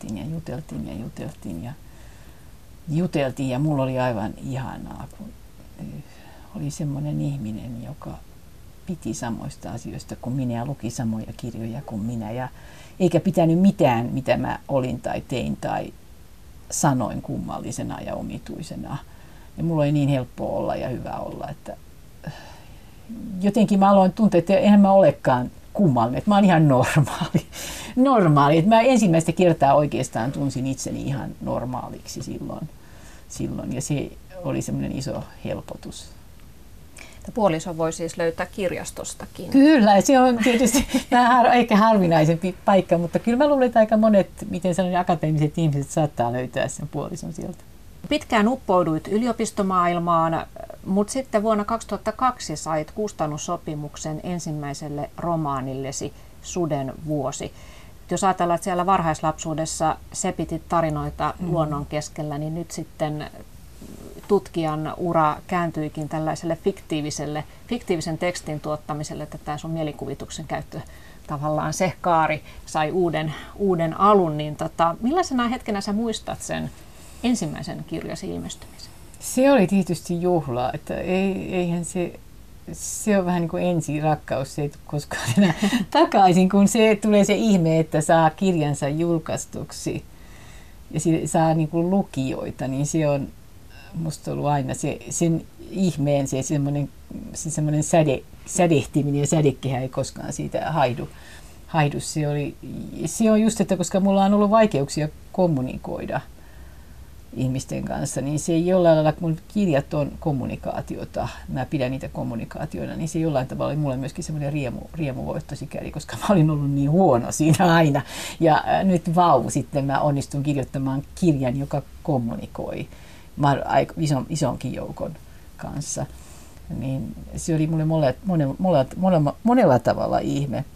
juteltiin ja mulla oli aivan ihanaa, kun oli semmoinen ihminen, joka piti samoista asioista kuin minä ja luki samoja kirjoja kuin minä ja eikä pitänyt mitään, mitä mä olin tai tein tai sanoin kummallisena ja omituisena. Ja mulla oli niin helppo olla ja hyvä olla, että jotenkin mä aloin tuntea, että eihän mä olekaan kummallinen, että mä oon ihan normaali. Että mä ensimmäistä kertaa oikeastaan tunsin itseni ihan normaaliksi silloin ja se oli semmoinen iso helpotus. Puoliso voi siis löytää kirjastostakin. Kyllä, se on tietysti vähän ehkä harvinaisempi paikka, mutta kyllä mä luulen, että aika monet, miten sanon, akateemiset ihmiset saattaa löytää sen puolison sieltä. Pitkään uppouduit yliopistomaailmaan, mutta sitten vuonna 2002 sait kustannussopimuksen ensimmäiselle romaanillesi Suden vuosi. Jos ajatellaan, että siellä varhaislapsuudessa sepitit tarinoita luonnon keskellä, niin nyt sitten tutkijan ura kääntyikin tällaiselle fiktiivisen tekstin tuottamiselle, että tämä sun mielikuvituksen käyttö, tavallaan se kaari sai uuden alun. Niin millaisena hetkenä sä muistat sen ensimmäisen kirjasi ilmestymisen? Se oli tietysti juhlaa, että eihän se on vähän niin kuin ensirakkaus, se ei tule koskaan enää takaisin, kun tulee se ihme, että saa kirjansa julkaistuksi ja saa niin kuin lukijoita, niin se on musta ollut aina sen ihmeen se semmoinen sädehtiminen ja sädekehä ei koskaan siitä haidu. Se on just, että koska mulla on ollut vaikeuksia kommunikoida ihmisten kanssa, niin se ei jollain lailla, kun kirjat on kommunikaatiota, mä pidän niitä kommunikaatioina, niin se jollain tavalla oli mulle myöskin semmoinen riemuvoitto sikäli, koska mä olin ollut niin huono siinä aina. Ja nyt sitten mä onnistun kirjoittamaan kirjan, joka kommunikoi isonkin joukon kanssa. Niin se oli mulle monella tavalla ihme.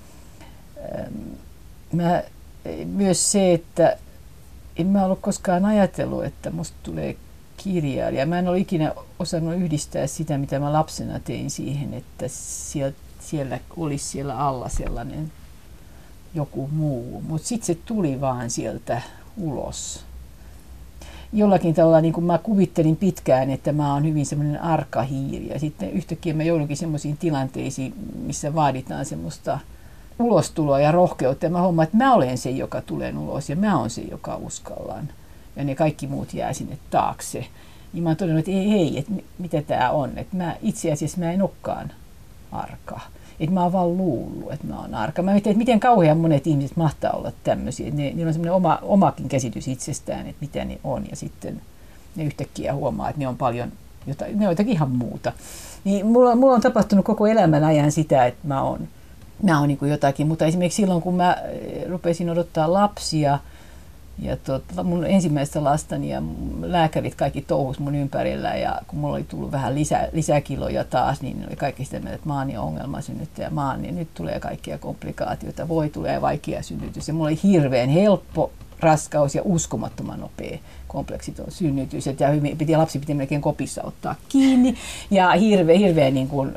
Myös se, että en mä ollut koskaan ajatellut, että musta tulee kirjailija. Mä en ole ikinä osannut yhdistää sitä, mitä mä lapsena tein siihen, että siellä olisi siellä alla sellainen joku muu. Mutta sitten se tuli vaan sieltä ulos. Jollakin tavalla niin kuin mä kuvittelin pitkään, että mä oon hyvin semmoinen arka hiiri. Ja sitten yhtäkkiä mä joudunkin semmoisiin tilanteisiin, missä vaaditaan semmoista ulostuloa ja rohkeutta. Ja mä huomaan, että mä olen se, joka tulee ulos ja mä oon se, joka uskallan. Ja ne kaikki muut jää sinne taakse. Niin mä oon todennut, että ei, että mitä tää on. Että itse asiassa mä en olekaan arka. Että mä oon vaan luullut, että mä oon arka. Mä mietin, että miten kauhean monet ihmiset mahtaa olla tämmöisiä. Niillä on semmoinen omakin käsitys itsestään, että mitä ne on. Ja sitten ne yhtäkkiä huomaa, että ne on paljon ne on jotakin ihan muuta. Niin mulla on tapahtunut koko elämän ajan sitä, että mä oon niin kuin jotakin. Mutta esimerkiksi silloin, kun mä rupesin odottaa lapsia, ja mun ensimmäistä lastani ja lääkärit kaikki touhus mun ympärillä ja kun mulla oli tullut vähän lisäkiloja taas, niin oli kaikki sitä mieltä, että mä oon jo ongelmasynnyttäjä, niin nyt tulee kaikkia komplikaatioita, tulee vaikea synnytys ja mulla oli hirveän helppo raskaus ja uskomattoman nopea kompleksiton synnytys ja lapsi piti melkein kopissa ottaa kiinni ja hirveän niin kuin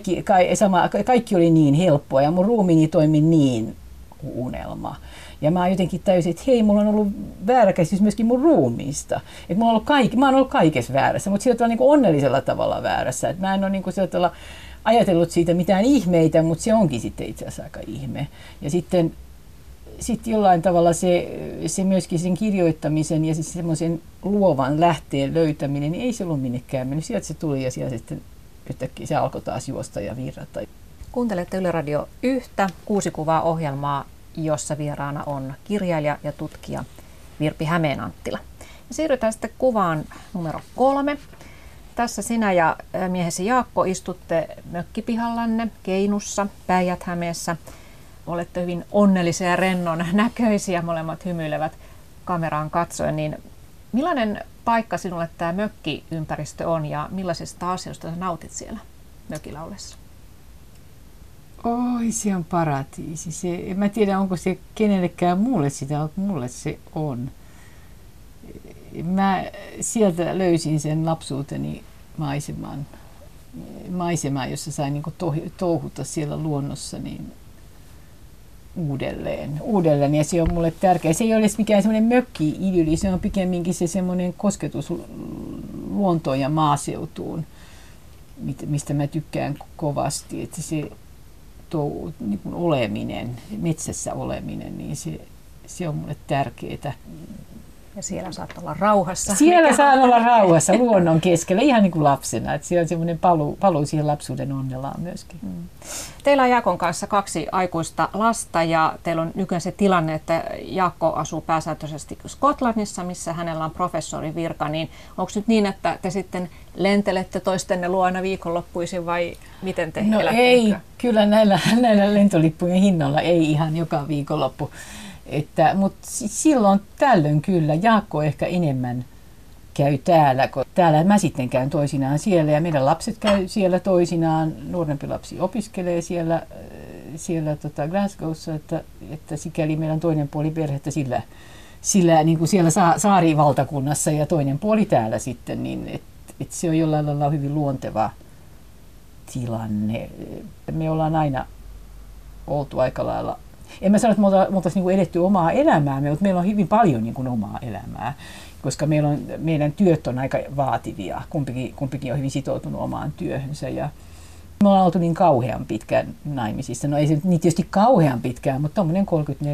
kaikki oli niin helppoa ja mun ruumiini toimi niin unelma. Ja mä jotenkin täysin, että hei, mulla on ollut väärä käsitys myöskin mun ruumiista. Että mä oon ollut kaikessa väärässä, mutta sillä tavalla niin kuin onnellisella tavalla väärässä. Että mä en ole niin kuin sillä tavalla ajatellut siitä mitään ihmeitä, mutta se onkin sitten itse asiassa aika ihme. Ja sitten jollain tavalla se myöskin sen kirjoittamisen ja siis semmoisen luovan lähteen löytäminen, niin ei se ollut minnekään mennyt. Sieltä se tuli ja sieltä sitten yhtäkkiä se alkoi taas juosta ja virrata. Kuuntelette Yle Radio 1 6 kuvaa ohjelmaa, jossa vieraana on kirjailija ja tutkija Virpi Hämeenanttila. Ja siirrytään sitten kuvaan numero 3. Tässä sinä ja miehesi Jaakko istutte mökkipihallanne Keinussa, Päijät-Hämeessä. Olette hyvin onnellisia ja rennon näköisiä, molemmat hymyilevät kameraan katsoen. Niin millainen paikka sinulle tämä mökkiympäristö on ja millaisista asioista sä nautit siellä mökillä ollessa? Oi, se on paratiisi. En mä tiedä, onko se kenellekään muulle sitä, mutta mulle se on. Mä sieltä löysin sen lapsuuteni maisemaa, jossa sain niin touhuta siellä luonnossa niin uudelleen. Ja se on mulle tärkeä. Se ei ole edes mikään semmoinen mökki-idylli, se on pikemminkin se semmoinen kosketus luontoon ja maaseutuun, mistä mä tykkään kovasti. Että se niin kuin oleminen, metsässä oleminen, niin se on mulle tärkeää. Ja siellä saat olla rauhassa. Siellä saan olla rauhassa luonnon keskellä, ihan niin kuin lapsena. Että siellä on semmoinen paluu siihen lapsuuden onnellaan myöskin. Teillä on Jaakon kanssa 2 aikuista lasta ja teillä on nykyään se tilanne, että Jaakko asuu pääsääntöisesti Skotlannissa, missä hänellä on professorin virka. Niin onko nyt niin, että te sitten lentelette toistenne luona viikonloppuisin vai miten te elätte? Ei, kyllä näillä lentolippujen hinnalla ei ihan joka viikonloppu. Mutta silloin tällöin kyllä Jaakko ehkä enemmän käy täällä, kun täällä mä sitten käyn toisinaan siellä ja meidän lapset käy siellä toisinaan. Nuorempi lapsi opiskelee siellä Glasgowssa, että sikäli meidän toinen puoli perhettä sillä niin kuin siellä saarivaltakunnassa ja toinen puoli täällä sitten, niin että se on jollain lailla hyvin luonteva tilanne. Me ollaan aina oltu aika lailla. En mä sano, että me oltaisiin niin edetty omaa elämäämme, mutta meillä on hyvin paljon niin kuin omaa elämää, koska meidän työt on aika vaativia. Kumpikin on hyvin sitoutunut omaan työhönsä. Ja me ollaan oltu niin kauhean pitkään naimisissa. No ei se niin tietysti kauhean pitkään, mutta tommoinen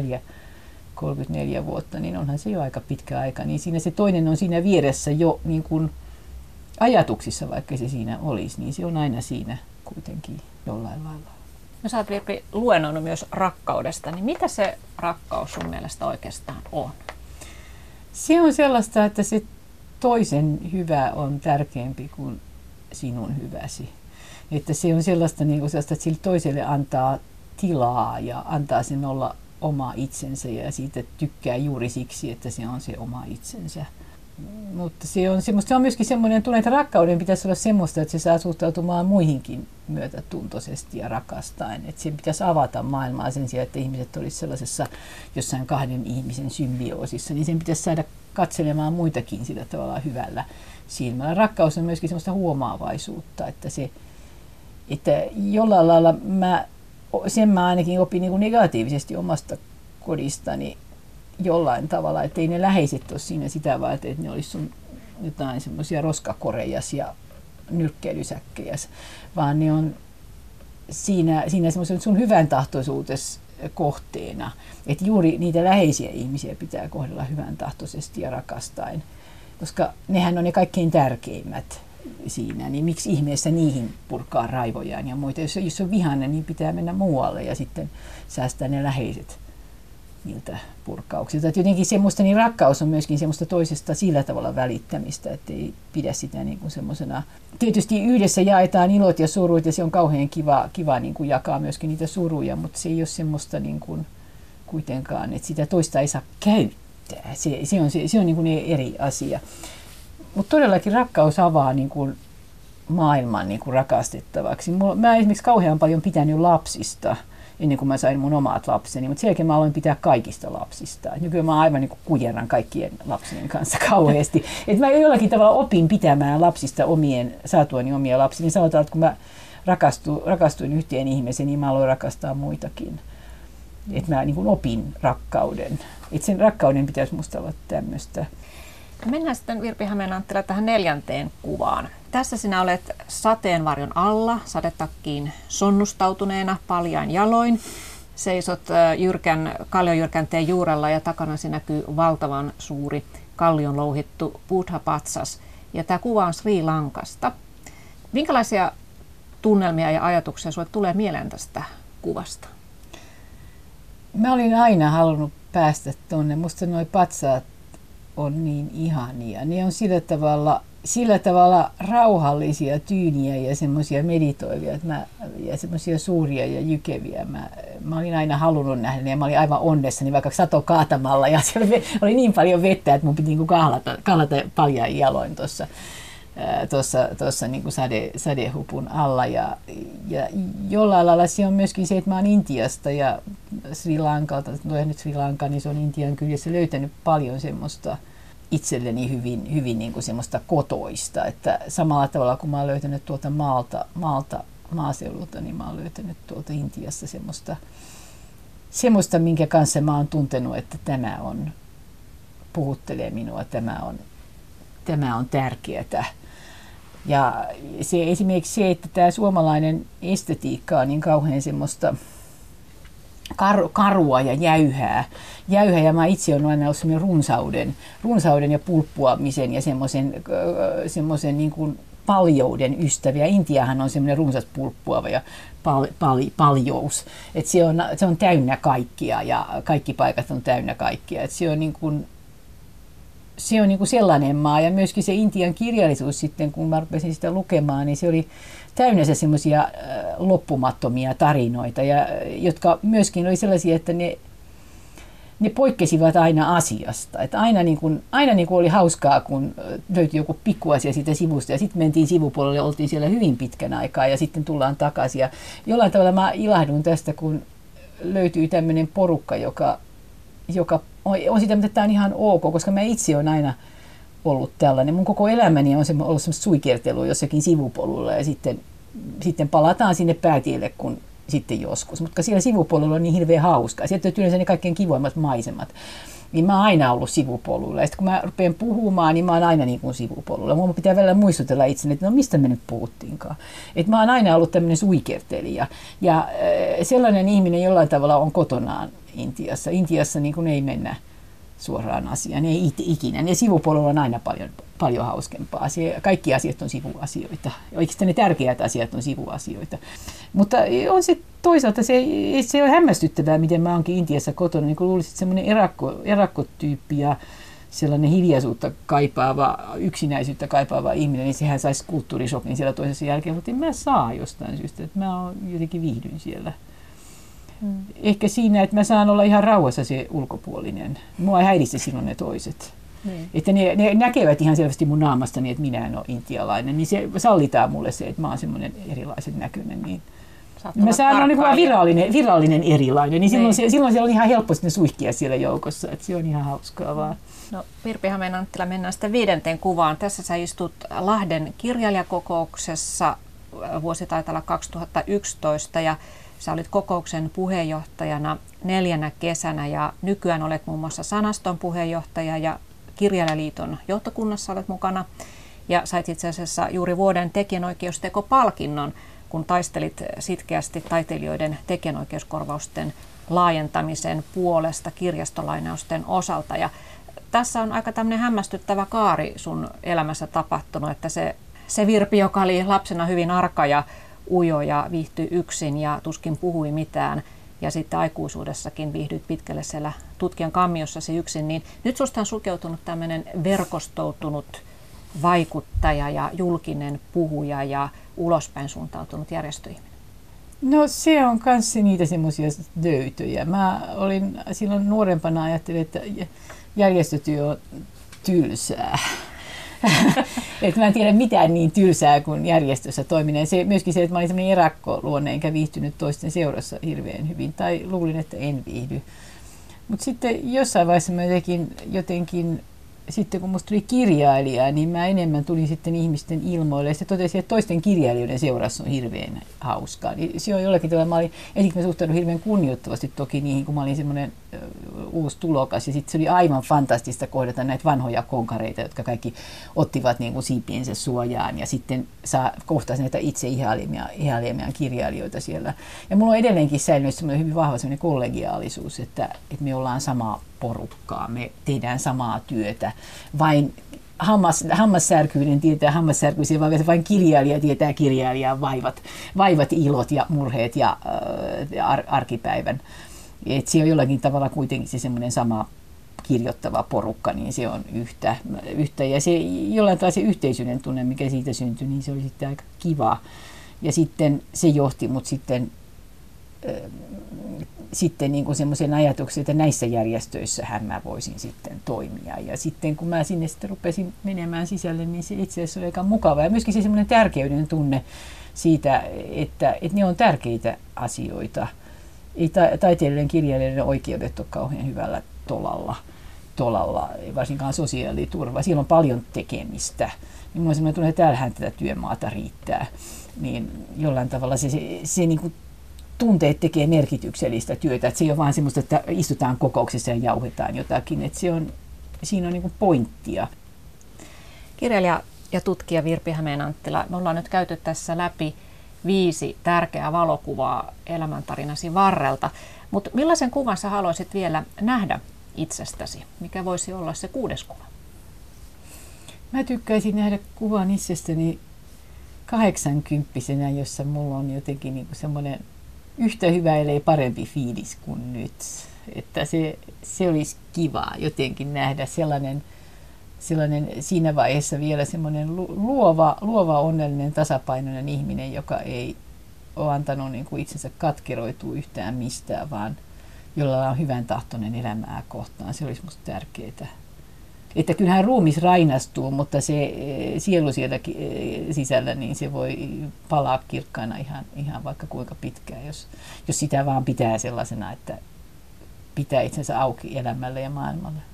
34 vuotta, niin onhan se jo aika pitkä aika. Niin siinä se toinen on siinä vieressä jo niin kuin ajatuksissa, vaikka se siinä olisi, niin se on aina siinä kuitenkin jollain lailla. No sä oot Virpi luennoinut myös rakkaudesta, niin mitä se rakkaus sun mielestä oikeastaan on? Se on sellaista, että se toisen hyvä on tärkeämpi kuin sinun hyväsi. Että se on sellaista, että sille toiselle antaa tilaa ja antaa sen olla oma itsensä ja siitä tykkää juuri siksi, että se on se oma itsensä. Mutta se on myöskin semmoinen tunne, että rakkauden pitäisi olla semmoista, että se saa suhtautumaan muihinkin myötätuntoisesti ja rakastaen. Että sen pitäisi avata maailmaa sen sijaan, että ihmiset olisivat sellaisessa jossain 2 ihmisen symbioosissa, niin sen pitäisi saada katselemaan muitakin sillä tavalla silmällä. Rakkaus on myöskin semmoista huomaavaisuutta, että jollain lailla mä ainakin opin niin kuin negatiivisesti omasta kodistani jollain tavalla, että ei ne läheiset ole siinä sitä varten, että ne olisi sun jotain semmoisia roskakorejas ja nyrkkeilysäkkejäs, vaan ne on siinä semmoisen sun hyvän tahtoisuutes kohteena, että juuri niitä läheisiä ihmisiä pitää kohdella hyvän tahtoisesti ja rakastaen, koska nehän on ne kaikkein tärkeimmät siinä, niin miksi ihmeessä niihin purkaa raivojaan ja muita. Jos on vihainen, niin pitää mennä muualle ja sitten säästää ne läheiset niiltä purkauksilta. Että jotenkin semmoista, niin rakkaus on myöskin semmoista toisesta sillä tavalla välittämistä, että ei pidä sitä niin kuin semmoisena. Tietysti yhdessä jaetaan ilot ja surut ja se on kauhean kiva niin kuin jakaa myöskin niitä suruja, mutta se ei ole semmoista niin kuin kuitenkaan, että sitä toista ei saa käyttää. Se on niin kuin eri asia. Mutta todellakin rakkaus avaa niin kuin maailman niin kuin rakastettavaksi. Mä esimerkiksi kauhean paljon pitänyt lapsista ennen kuin mä sain mun omat lapseni, mutta sen jälkeen mä aloin pitää kaikista lapsista. Nykyään mä aivan niin kuin kujerran kaikkien lapsien kanssa kauheasti. Et mä jollakin tavalla opin pitämään lapsista saatuani omia lapsia. Niin sanotaan, että kun mä rakastuin yhteen ihmiseen, niin mä aloin rakastaa muitakin. Että mä niin kuin opin rakkauden. Että sen rakkauden pitäisi musta olla tämmöistä. Mennään sitten Virpi Hämeenanttila tähän 4. kuvaan. Tässä sinä olet sateenvarjon alla, sadetakkiin sonnustautuneena, paljain jaloin. Seisot kalliojyrkänteen juurella ja takanasi näkyy valtavan suuri kallion louhittu Buddha-patsas. Ja tämä kuva on Sri Lankasta. Minkälaisia tunnelmia ja ajatuksia sinulle tulee mieleen tästä kuvasta? Mä olin aina halunnut päästä tuonne. Musta nuo patsaat on niin ihania. Ne on sillä tavalla rauhallisia, tyyniä ja semmoisia meditoivia ja semmoisia suuria ja jykeviä. Mä olin aina halunnut nähdä ne ja mä olin aivan onnessani, vaikka sato kaatamalla ja siellä oli niin paljon vettä, että mun piti niin kuin kahlata paljain jaloin tuossa niin kuin sadehupun alla. Ja jollain lailla se on myöskin se, että mä oon Intiasta ja Sri Lankalta, nyt Sri Lanka, niin se on Intian kyljessä löytänyt paljon semmoista itselleni hyvin niin kuin semmoista kotoista, että samalla tavalla kun mä oon löytänyt tuolta maaseudulta, niin mä oon löytänyt tuolta Intiasta semmoista, minkä kanssa mä oon tuntenut, että tämä puhuttelee minua, tämä on tärkeää. Ja esimerkiksi se, että tämä suomalainen estetiikka on niin kauhean semmoista karua ja jäyhää. Ja mä itse olen aina ollut semmoinen runsauden ja pulppuamisen ja semmoisen niin kuin paljouden ystäviä. Intiahan on semmoinen runsas pulppuava ja paljous. Että se on täynnä kaikkia ja kaikki paikat on täynnä kaikkia. Että se on niin kuin sellainen maa, ja myöskin se Intian kirjallisuus sitten, kun mä rupesin sitä lukemaan, niin se oli täynnä semmoisia loppumattomia tarinoita, jotka myöskin oli sellaisia, että ne poikkesivat aina asiasta. Että aina niin kuin oli hauskaa, kun löytyi joku pikkuasia siitä sivusta, ja sitten mentiin sivupuolelle, oltiin siellä hyvin pitkän aikaa, ja sitten tullaan takaisin. Ja jollain tavalla mä ilahdun tästä, kun löytyy tämmöinen porukka, joka on sitä, että tämä on ihan ok, koska mä itse olen aina ollut tällainen. Mun koko elämäni on ollut semmoista suikertelua jossakin sivupolulla ja sitten palataan sinne päätielle kun sitten joskus. Mutta siellä sivupolulla on niin hirveän hauskaa. Sieltä on yleensä ne kaikkein kivoimmat maisemat. Niin mä oon aina ollut sivupolulla. Ja sitten kun mä rupean puhumaan, niin mä oon aina niin kuin sivupolulla. Mun pitää välillä muistutella itseni, että no mistä me nyt puhuttiinkaan. Että mä oon aina ollut tämmöinen suikertelija. Ja sellainen ihminen jollain tavalla on kotonaan Intiassa. Intiassa niin kuin ei mennä suoraan asiaan, ei ikinä. Ja sivupolulla on aina paljon hauskempaa. Kaikki asiat on sivuasioita. Oikeastaan ne tärkeät asiat on sivuasioita. Mutta on se toisaalta se on hämmästyttävää, miten mä oonkin Intiassa kotona. Niin kuin luulisin, että semmoinen erakkotyyppi ja sellainen hiljaisuutta kaipaava, yksinäisyyttä kaipaava ihminen, niin sehän saisi kulttuurishokin siellä toisessa jälkeen, mutta en mä saa jostain syystä, että mä jotenkin viihdyn siellä. Ehkä siinä, että mä saan olla ihan rauhassa se ulkopuolinen. Mua ei häiristä silloin ne toiset. Että ne näkevät ihan selvästi mun naamastani, että minä en ole intialainen. Niin se sallitaan mulle se, että mä oon semmoinen erilaisen näköinen. Niin Mä saan niin virallinen erilainen, niin silloin siellä on ihan helppo sitten suihkia siellä joukossa, että se on ihan hauskaa vaan. No, Virpi Hämeenanttila, mennään sitten 5. kuvaan. Tässä sä istut Lahden kirjailijakokouksessa, vuosi taitaa olla 2011, ja sä olit kokouksen puheenjohtajana 4 kesänä, ja nykyään olet muun muassa Sanaston puheenjohtaja ja Kirjailijaliiton johtokunnassa olet mukana, ja sait itse asiassa juuri vuoden tekijänoikeustekopalkinnon, kun taistelit sitkeästi taiteilijoiden tekijänoikeuskorvausten laajentamisen puolesta kirjastolainausten osalta. Ja tässä on aika tämmöinen hämmästyttävä kaari sun elämässä tapahtunut, että se Virpi, joka oli lapsena hyvin arka ja ujo ja viihtyi yksin ja tuskin puhui mitään, ja sitten aikuisuudessakin viihdyit pitkälle siellä tutkijan kammiossasi yksin, niin nyt susta on sukeutunut tämmöinen verkostoutunut vaikuttaja ja julkinen puhuja ja ulospäin suuntautunut järjestöihminen. No se on kanssa niitä semmoisia löytöjä. Mä olin silloin nuorempana ajattelin, että järjestötyö on tylsää. Että mä en tiedä mitään niin tylsää kuin järjestössä toiminen. Myöskin se, että mä olin semmoinen erakkoluonne enkä viihtynyt toisten seurassa hirveän hyvin. Tai luulin, että en viihdy. Mutta sitten jossain vaiheessa mä jotenkin sitten kun musta tuli kirjailija, niin mä enemmän tulin sitten ihmisten ilmoille. Ja sitten totesin, että toisten kirjailijoiden seurassa on hirveän hauskaa. Niin se on jollakin tavalla, ensiksi mä suhtaudun hirveän kunnioittavasti toki niihin, kun mä olin semmoinen uusi tulokas. Ja sitten se oli aivan fantastista kohdata näitä vanhoja konkareita, jotka kaikki ottivat niin kuin siipiensä suojaan. Ja sitten kohtasi näitä itse ihailemia kirjailijoita siellä. Ja mulla on edelleenkin säilynyt semmoinen hyvin vahva semmoinen kollegiaalisuus, että me ollaan samaa porukkaa, me tehdään samaa työtä. Vain hammassärkyinen tietää hammassärkyisiä vaivoja, vain kirjailija tietää kirjailijan vaivat, ilot ja murheet ja arkipäivän. Et se on jollakin tavalla kuitenkin se semmoinen sama kirjoittava porukka, niin se on yhtä. Ja se jollain tavalla se yhteisöinen tunne, mikä siitä syntyi, niin se oli sitten aika kiva. Ja sitten se johti mut sitten niin kuin semmoisen ajatuksen, että näissä järjestöissähän mä voisin sitten toimia. Ja sitten kun mä sinne sitten rupesin menemään sisälle, niin se itse asiassa oli aika mukava. Ja myöskin se semmoinen tärkeyden tunne siitä, että ne on tärkeitä asioita. Ei taiteilijoiden kirjailijoiden oikeudet ole kauhean hyvällä tolalla, varsinkaan sosiaaliturva. Siellä on paljon tekemistä. Niin minulla on semmoinen tunne, että täällähän tätä työmaata riittää. Niin jollain tavalla se niin kuin tunteet tekee merkityksellistä työtä, että se ei ole vain semmoista, että istutaan kokouksessa ja jauhetaan jotakin, että siinä on niin kuin pointtia. Kirjailija ja tutkija Virpi Hämeenanttila, me ollaan nyt käyty tässä läpi 5 tärkeää valokuvaa elämäntarinasi varrelta, mutta millaisen kuvan sä haluaisit vielä nähdä itsestäsi? Mikä voisi olla se 6. kuva? Mä tykkäisin nähdä kuvan itsestäni 80-vuotiaana, jossa mulla on jotenkin niin kuin semmoinen yhtä hyvä, ellei parempi fiilis kuin nyt. Että se olisi kiva jotenkin nähdä sellainen siinä vaiheessa vielä semmoinen luova, onnellinen, tasapainoinen ihminen, joka ei ole antanut niin kuin itsensä katkeroitua yhtään mistään, vaan jolla on hyvän tahtoinen elämää kohtaan. Se olisi musta tärkeää. Että kyllähän ruumis rainastuu, mutta se sielu siellä sisällä, niin se voi palaa kirkkaana ihan vaikka kuinka pitkään, jos sitä vaan pitää sellaisena, että pitää itsensä auki elämälle ja maailmalle.